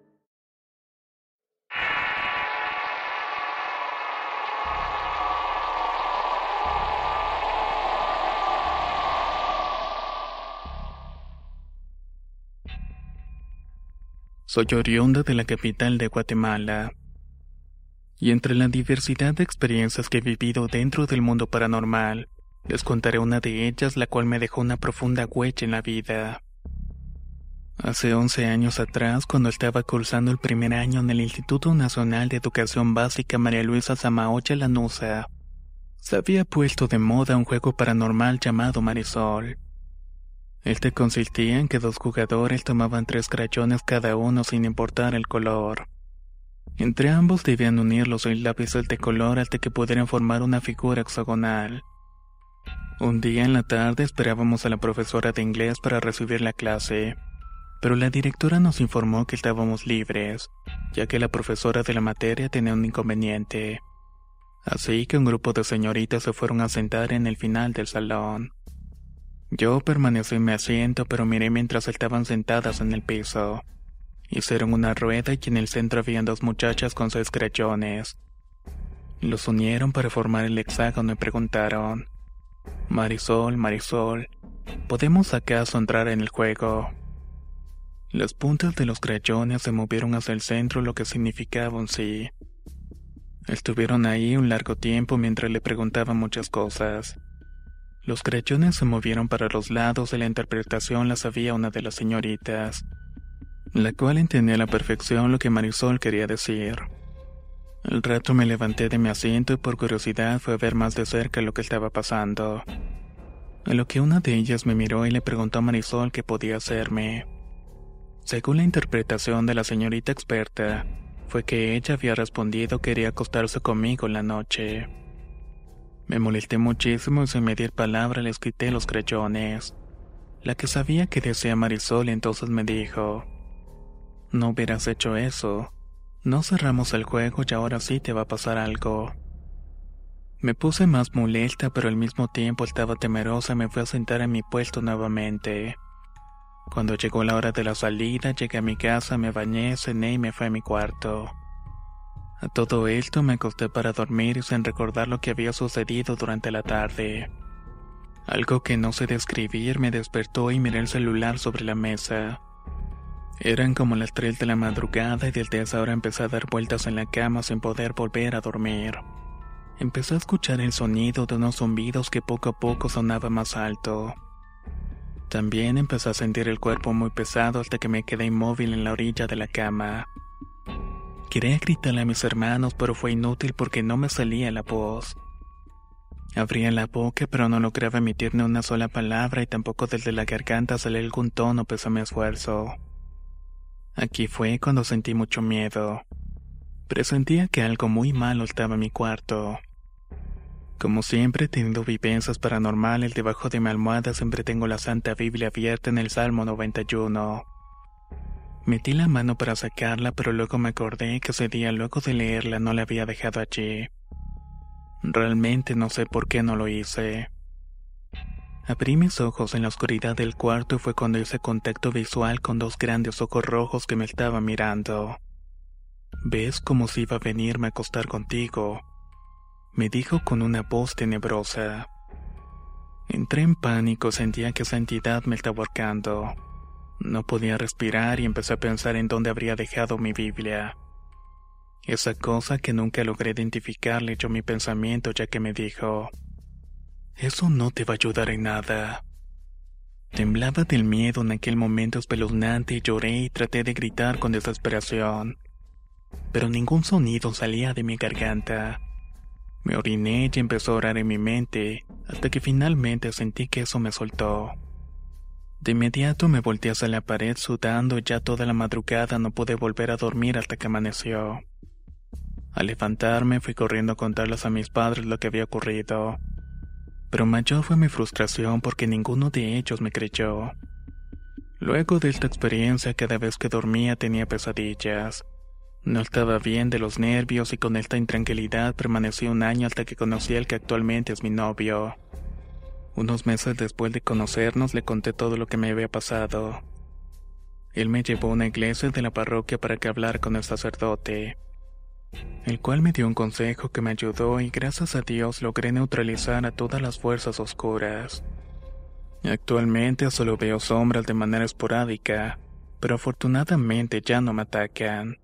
Soy oriunda de la capital de Guatemala. Y entre la diversidad de experiencias que he vivido dentro del mundo paranormal, les contaré una de ellas, la cual me dejó una profunda huella en la vida. Hace 11 años atrás, cuando estaba cursando el primer año en el Instituto Nacional de Educación Básica María Luisa Samaocha Lanuza, se había puesto de moda un juego paranormal llamado Marisol. Este consistía en que 2 jugadores tomaban 3 crayones cada uno sin importar el color. Entre ambos debían unir los 6 lápices de color hasta que pudieran formar una figura hexagonal. Un día en la tarde esperábamos a la profesora de inglés para recibir la clase, pero la directora nos informó que estábamos libres, ya que la profesora de la materia tenía un inconveniente. Así que un grupo de señoritas se fueron a sentar en el final del salón. Yo permanecí en mi asiento, pero miré mientras estaban sentadas en el piso. Hicieron una rueda y en el centro habían 2 muchachas con 6 crayones. Los unieron para formar el hexágono y preguntaron: Marisol, Marisol, ¿podemos acaso entrar en el juego? Las puntas de los crayones se movieron hacia el centro, lo que significaba un sí. Estuvieron ahí un largo tiempo mientras le preguntaban muchas cosas. Los crechones se movieron para los lados y la interpretación la sabía una de las señoritas, la cual entendía a la perfección lo que Marisol quería decir. Al rato me levanté de mi asiento y por curiosidad fui a ver más de cerca lo que estaba pasando. A lo que una de ellas me miró y le preguntó a Marisol qué podía hacerme. Según la interpretación de la señorita experta, fue que ella había respondido que quería acostarse conmigo en la noche. Me molesté muchísimo y sin medir palabra les quité los crechones. La que sabía que decía Marisol entonces me dijo: «No hubieras hecho eso. No cerramos el juego y ahora sí te va a pasar algo». Me puse más molesta, pero al mismo tiempo estaba temerosa y me fui a sentar en mi puesto nuevamente. Cuando llegó la hora de la salida, llegué a mi casa, me bañé, cené y me fui a mi cuarto. A todo esto me acosté para dormir y sin recordar lo que había sucedido durante la tarde. Algo que no sé describir me despertó y miré el celular sobre la mesa. Eran como las 3 de la madrugada y desde esa hora empecé a dar vueltas en la cama sin poder volver a dormir. Empecé a escuchar el sonido de unos zumbidos que poco a poco sonaba más alto. También empecé a sentir el cuerpo muy pesado hasta que me quedé inmóvil en la orilla de la cama. Quería gritarle a mis hermanos, pero fue inútil porque no me salía la voz. Abría la boca, pero no lograba emitir ni una sola palabra y tampoco desde la garganta salía algún tono pese a mi esfuerzo. Aquí fue cuando sentí mucho miedo. Presentía que algo muy malo estaba en mi cuarto. Como siempre he tenido vivencias paranormales, debajo de mi almohada siempre tengo la Santa Biblia abierta en el Salmo 91. Metí la mano para sacarla, pero luego me acordé que ese día luego de leerla no la había dejado allí. Realmente no sé por qué no lo hice. Abrí mis ojos en la oscuridad del cuarto y fue cuando hice contacto visual con 2 grandes ojos rojos que me estaban mirando. «¿Ves cómo si iba a venirme a acostar contigo?», me dijo con una voz tenebrosa. Entré en pánico, sentía que esa entidad me estaba ahorcando. No podía respirar y empecé a pensar en dónde habría dejado mi Biblia. Esa cosa que nunca logré identificar le echó mi pensamiento ya que me dijo: «Eso no te va a ayudar en nada». Temblaba del miedo en aquel momento espeluznante y lloré y traté de gritar con desesperación. Pero ningún sonido salía de mi garganta. Me oriné y empezó a orar en mi mente, hasta que finalmente sentí que eso me soltó. De inmediato me volteé hacia la pared sudando y ya toda la madrugada no pude volver a dormir hasta que amaneció. Al levantarme fui corriendo a contarles a mis padres lo que había ocurrido. Pero mayor fue mi frustración porque ninguno de ellos me creyó. Luego de esta experiencia, cada vez que dormía tenía pesadillas. No estaba bien de los nervios y con esta intranquilidad permanecí 1 año hasta que conocí al que actualmente es mi novio. Unos meses después de conocernos le conté todo lo que me había pasado. Él me llevó a una iglesia de la parroquia para que hablara con el sacerdote, el cual me dio un consejo que me ayudó y gracias a Dios logré neutralizar a todas las fuerzas oscuras. Actualmente solo veo sombras de manera esporádica, pero afortunadamente ya no me atacan.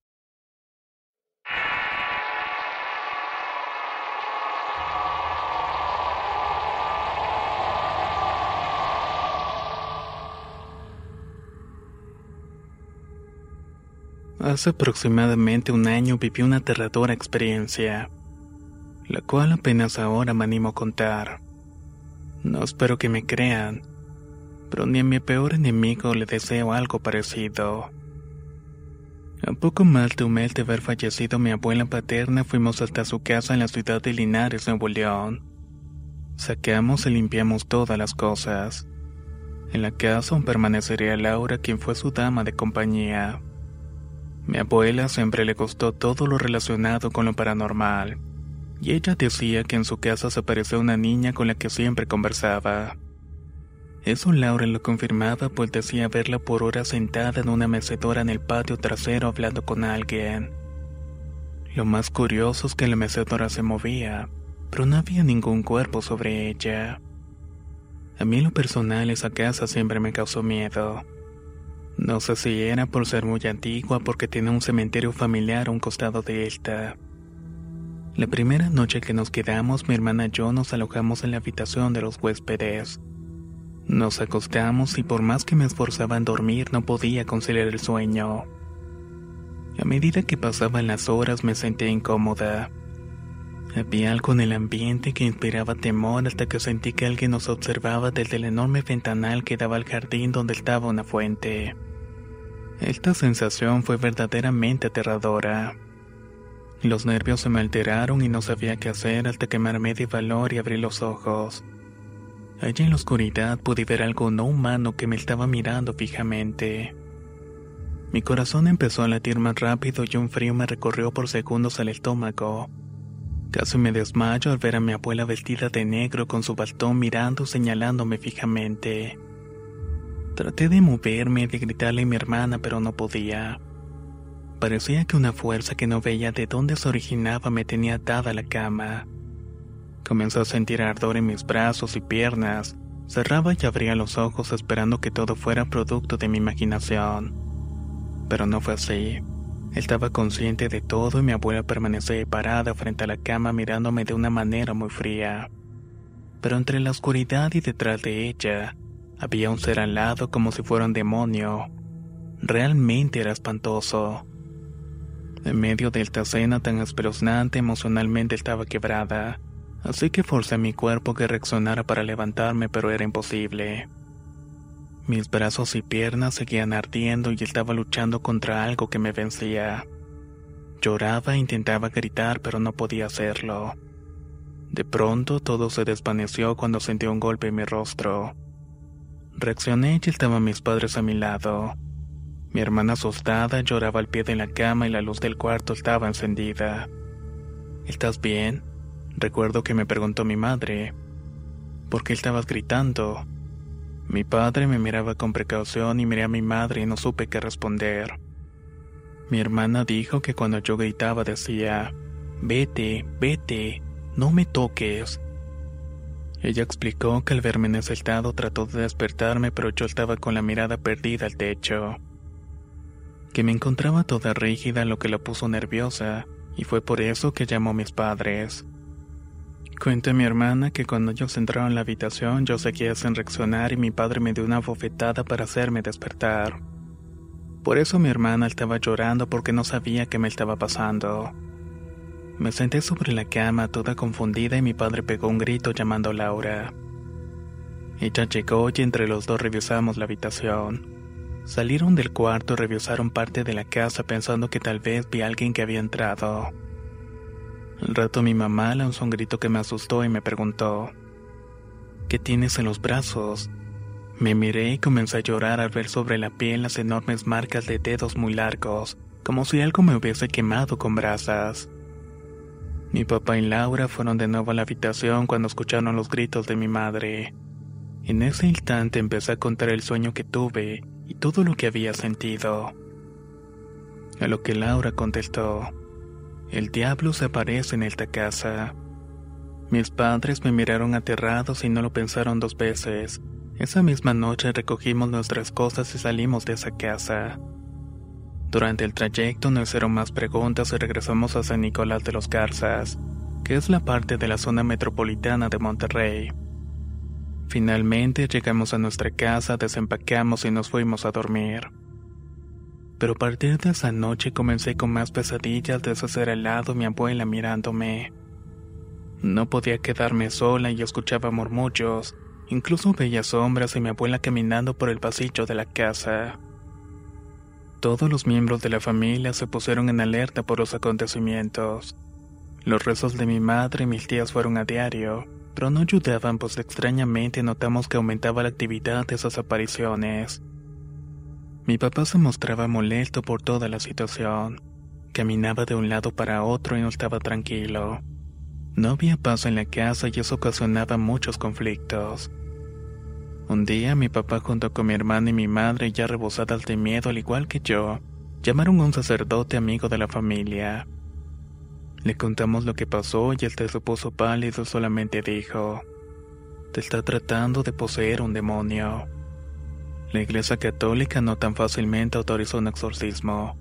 Hace aproximadamente 1 año viví una aterradora experiencia, la cual apenas ahora me animo a contar. No espero que me crean, pero ni a mi peor enemigo le deseo algo parecido. A poco más de un mes de haber fallecido mi abuela paterna, fuimos hasta su casa en la ciudad de Linares, Nuevo León. Sacamos y limpiamos todas las cosas. En la casa aún permanecería Laura, quien fue su dama de compañía. Mi abuela siempre le gustó todo lo relacionado con lo paranormal, y ella decía que en su casa se aparecía una niña con la que siempre conversaba. Eso Laura lo confirmaba, pues decía verla por horas sentada en una mecedora en el patio trasero hablando con alguien. Lo más curioso es que la mecedora se movía, pero no había ningún cuerpo sobre ella. A mí en lo personal esa casa siempre me causó miedo. No sé si era por ser muy antigua, porque tenía un cementerio familiar a un costado de esta. La primera noche que nos quedamos, mi hermana y yo nos alojamos en la habitación de los huéspedes. Nos acostamos y por más que me esforzaba en dormir no podía conciliar el sueño. A medida que pasaban las horas me sentía incómoda. Había algo en el ambiente que inspiraba temor hasta que sentí que alguien nos observaba desde el enorme ventanal que daba al jardín donde estaba una fuente. Esta sensación fue verdaderamente aterradora. Los nervios se me alteraron y no sabía qué hacer hasta que me armé de valor y abrí los ojos. Allí en la oscuridad pude ver algo no humano que me estaba mirando fijamente. Mi corazón empezó a latir más rápido y un frío me recorrió por segundos al estómago. Casi me desmayo al ver a mi abuela vestida de negro con su bastón mirando y señalándome fijamente. Traté de moverme y de gritarle a mi hermana, pero no podía. Parecía que una fuerza que no veía de dónde se originaba me tenía atada a la cama. Comencé a sentir ardor en mis brazos y piernas. Cerraba y abría los ojos esperando que todo fuera producto de mi imaginación. Pero no fue así. Estaba consciente de todo y mi abuela permanecía parada frente a la cama mirándome de una manera muy fría. Pero entre la oscuridad y detrás de ella, había un ser al lado como si fuera un demonio. Realmente era espantoso. En medio de esta escena tan espeluznante, emocionalmente estaba quebrada, así que forcé a mi cuerpo que reaccionara para levantarme, pero era imposible. Mis brazos y piernas seguían ardiendo y estaba luchando contra algo que me vencía. Lloraba e intentaba gritar, pero no podía hacerlo. De pronto todo se desvaneció cuando sentí un golpe en mi rostro. Reaccioné y estaban mis padres a mi lado. Mi hermana asustada lloraba al pie de la cama y la luz del cuarto estaba encendida. ¿Estás bien?, recuerdo que me preguntó mi madre. ¿Por qué estabas gritando? Mi padre me miraba con precaución y miré a mi madre y no supe qué responder. Mi hermana dijo que cuando yo gritaba decía: «Vete, vete, no me toques». Ella explicó que al verme en ese estado trató de despertarme, pero yo estaba con la mirada perdida al techo. Que me encontraba toda rígida, lo que la puso nerviosa, y fue por eso que llamó a mis padres. Cuenta mi hermana que cuando ellos entraron en la habitación yo seguía sin reaccionar y mi padre me dio una bofetada para hacerme despertar. Por eso mi hermana estaba llorando porque no sabía qué me estaba pasando. Me senté sobre la cama toda confundida y mi padre pegó un grito llamando a Laura. Ella llegó y entre los dos revisamos la habitación. Salieron del cuarto y revisaron parte de la casa pensando que tal vez vi a alguien que había entrado. Al rato mi mamá lanzó un grito que me asustó y me preguntó: «¿Qué tienes en los brazos?». Me miré y comencé a llorar al ver sobre la piel las enormes marcas de dedos muy largos, como si algo me hubiese quemado con brasas. Mi papá y Laura fueron de nuevo a la habitación cuando escucharon los gritos de mi madre. En ese instante empecé a contar el sueño que tuve y todo lo que había sentido. A lo que Laura contestó: «El diablo se aparece en esta casa». Mis padres me miraron aterrados y no lo pensaron dos veces. Esa misma noche recogimos nuestras cosas y salimos de esa casa. Durante el trayecto nos hicieron más preguntas y regresamos a San Nicolás de los Garzas, que es la parte de la zona metropolitana de Monterrey. Finalmente llegamos a nuestra casa, desempacamos y nos fuimos a dormir. Pero a partir de esa noche comencé con más pesadillas de hacer al lado mi abuela mirándome. No podía quedarme sola y escuchaba murmullos, incluso veía sombras y mi abuela caminando por el pasillo de la casa. Todos los miembros de la familia se pusieron en alerta por los acontecimientos. Los rezos de mi madre y mis tías fueron a diario, pero no ayudaban, pues extrañamente notamos que aumentaba la actividad de esas apariciones. Mi papá se mostraba molesto por toda la situación. Caminaba de un lado para otro y no estaba tranquilo. No había paz en la casa y eso ocasionaba muchos conflictos. Un día mi papá junto con mi hermana y mi madre, ya rebosadas de miedo al igual que yo, llamaron a un sacerdote amigo de la familia. Le contamos lo que pasó y él se puso pálido y solamente dijo: «Te está tratando de poseer un demonio». La Iglesia Católica no tan fácilmente autorizó un exorcismo.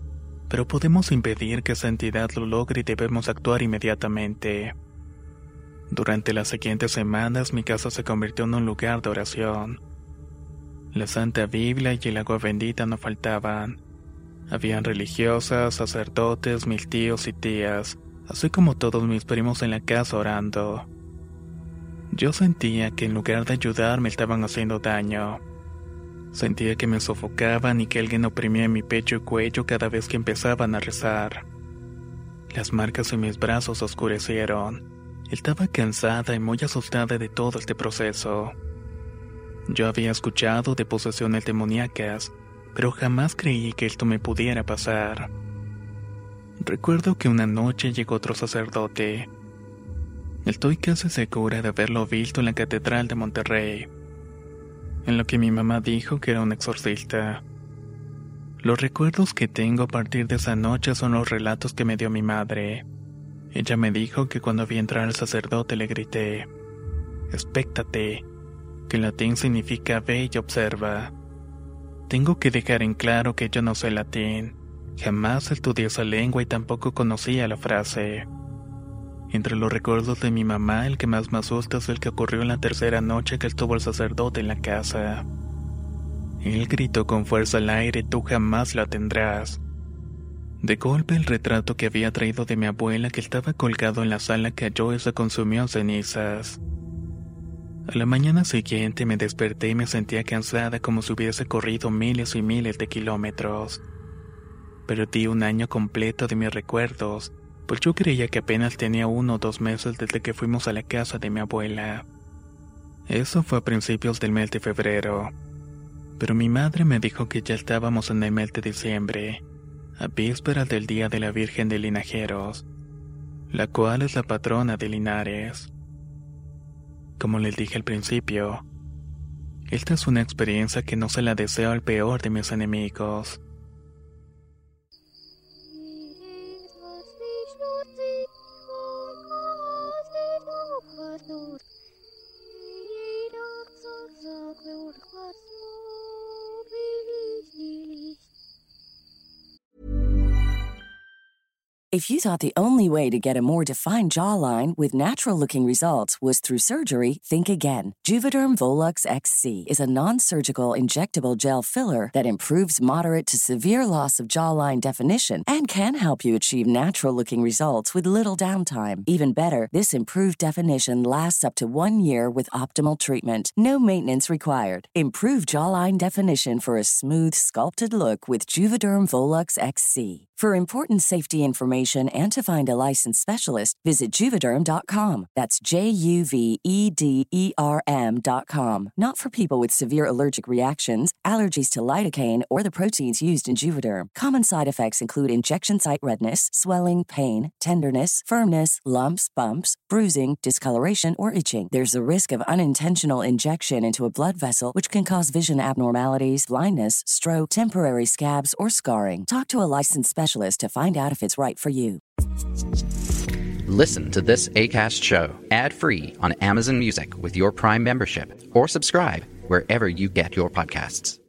pero podemos impedir que esa entidad lo logre y debemos actuar inmediatamente. Durante las siguientes semanas mi casa se convirtió en un lugar de oración. La Santa Biblia y el agua bendita no faltaban. Habían religiosas, sacerdotes, mis tíos y tías, así como todos mis primos en la casa orando. Yo sentía que en lugar de ayudar me estaban haciendo daño. Sentía que me sofocaban y que alguien oprimía mi pecho y cuello cada vez que empezaban a rezar. Las marcas en mis brazos oscurecieron. Estaba cansada y muy asustada de todo este proceso. Yo había escuchado de posesiones demoníacas, pero jamás creí que esto me pudiera pasar. Recuerdo que una noche llegó otro sacerdote. Estoy casi segura de haberlo visto en la Catedral de Monterrey, en lo que mi mamá dijo que era un exorcista. Los recuerdos que tengo a partir de esa noche son los relatos que me dio mi madre. Ella me dijo que cuando vi entrar al sacerdote le grité: «Expéctate», que en latín significa ve y observa. Tengo que dejar en claro que yo no sé latín, jamás estudié esa lengua y tampoco conocía la frase. Entre los recuerdos de mi mamá, el que más me asusta es el que ocurrió en la tercera noche que estuvo el sacerdote en la casa. Él gritó con fuerza al aire: «Tú jamás la tendrás». De golpe el retrato que había traído de mi abuela que estaba colgado en la sala cayó y se consumió en cenizas. A la mañana siguiente me desperté y me sentía cansada como si hubiese corrido miles y miles de kilómetros. Perdí un año completo de mis recuerdos, pues yo creía que apenas tenía 1 o 2 meses desde que fuimos a la casa de mi abuela. Eso fue a principios del mes de febrero. Pero mi madre me dijo que ya estábamos en el mes de diciembre, a vísperas del Día de la Virgen de Linajeros, la cual es la patrona de Linares. Como les dije al principio, esta es una experiencia que no se la deseo al peor de mis enemigos. If you thought the only way to get a more defined jawline with natural-looking results was through surgery, think again. Juvederm Volux XC is a non-surgical injectable gel filler that improves moderate to severe loss of jawline definition and can help you achieve natural-looking results with little downtime. Even better, this improved definition lasts up to 1 year with optimal treatment. No maintenance required. Improve jawline definition for a smooth, sculpted look with Juvederm Volux XC. For important safety information and to find a licensed specialist, visit Juvederm.com. That's JUVEDERM.com. Not for people with severe allergic reactions, allergies to lidocaine, or the proteins used in Juvederm. Common side effects include injection site redness, swelling, pain, tenderness, firmness, lumps, bumps, bruising, discoloration, or itching. There's a risk of unintentional injection into a blood vessel, which can cause vision abnormalities, blindness, stroke, temporary scabs, or scarring. Talk to a licensed specialist to find out if it's right for you. Listen to this Acast show ad-free on Amazon Music with your Prime membership, or subscribe wherever you get your podcasts.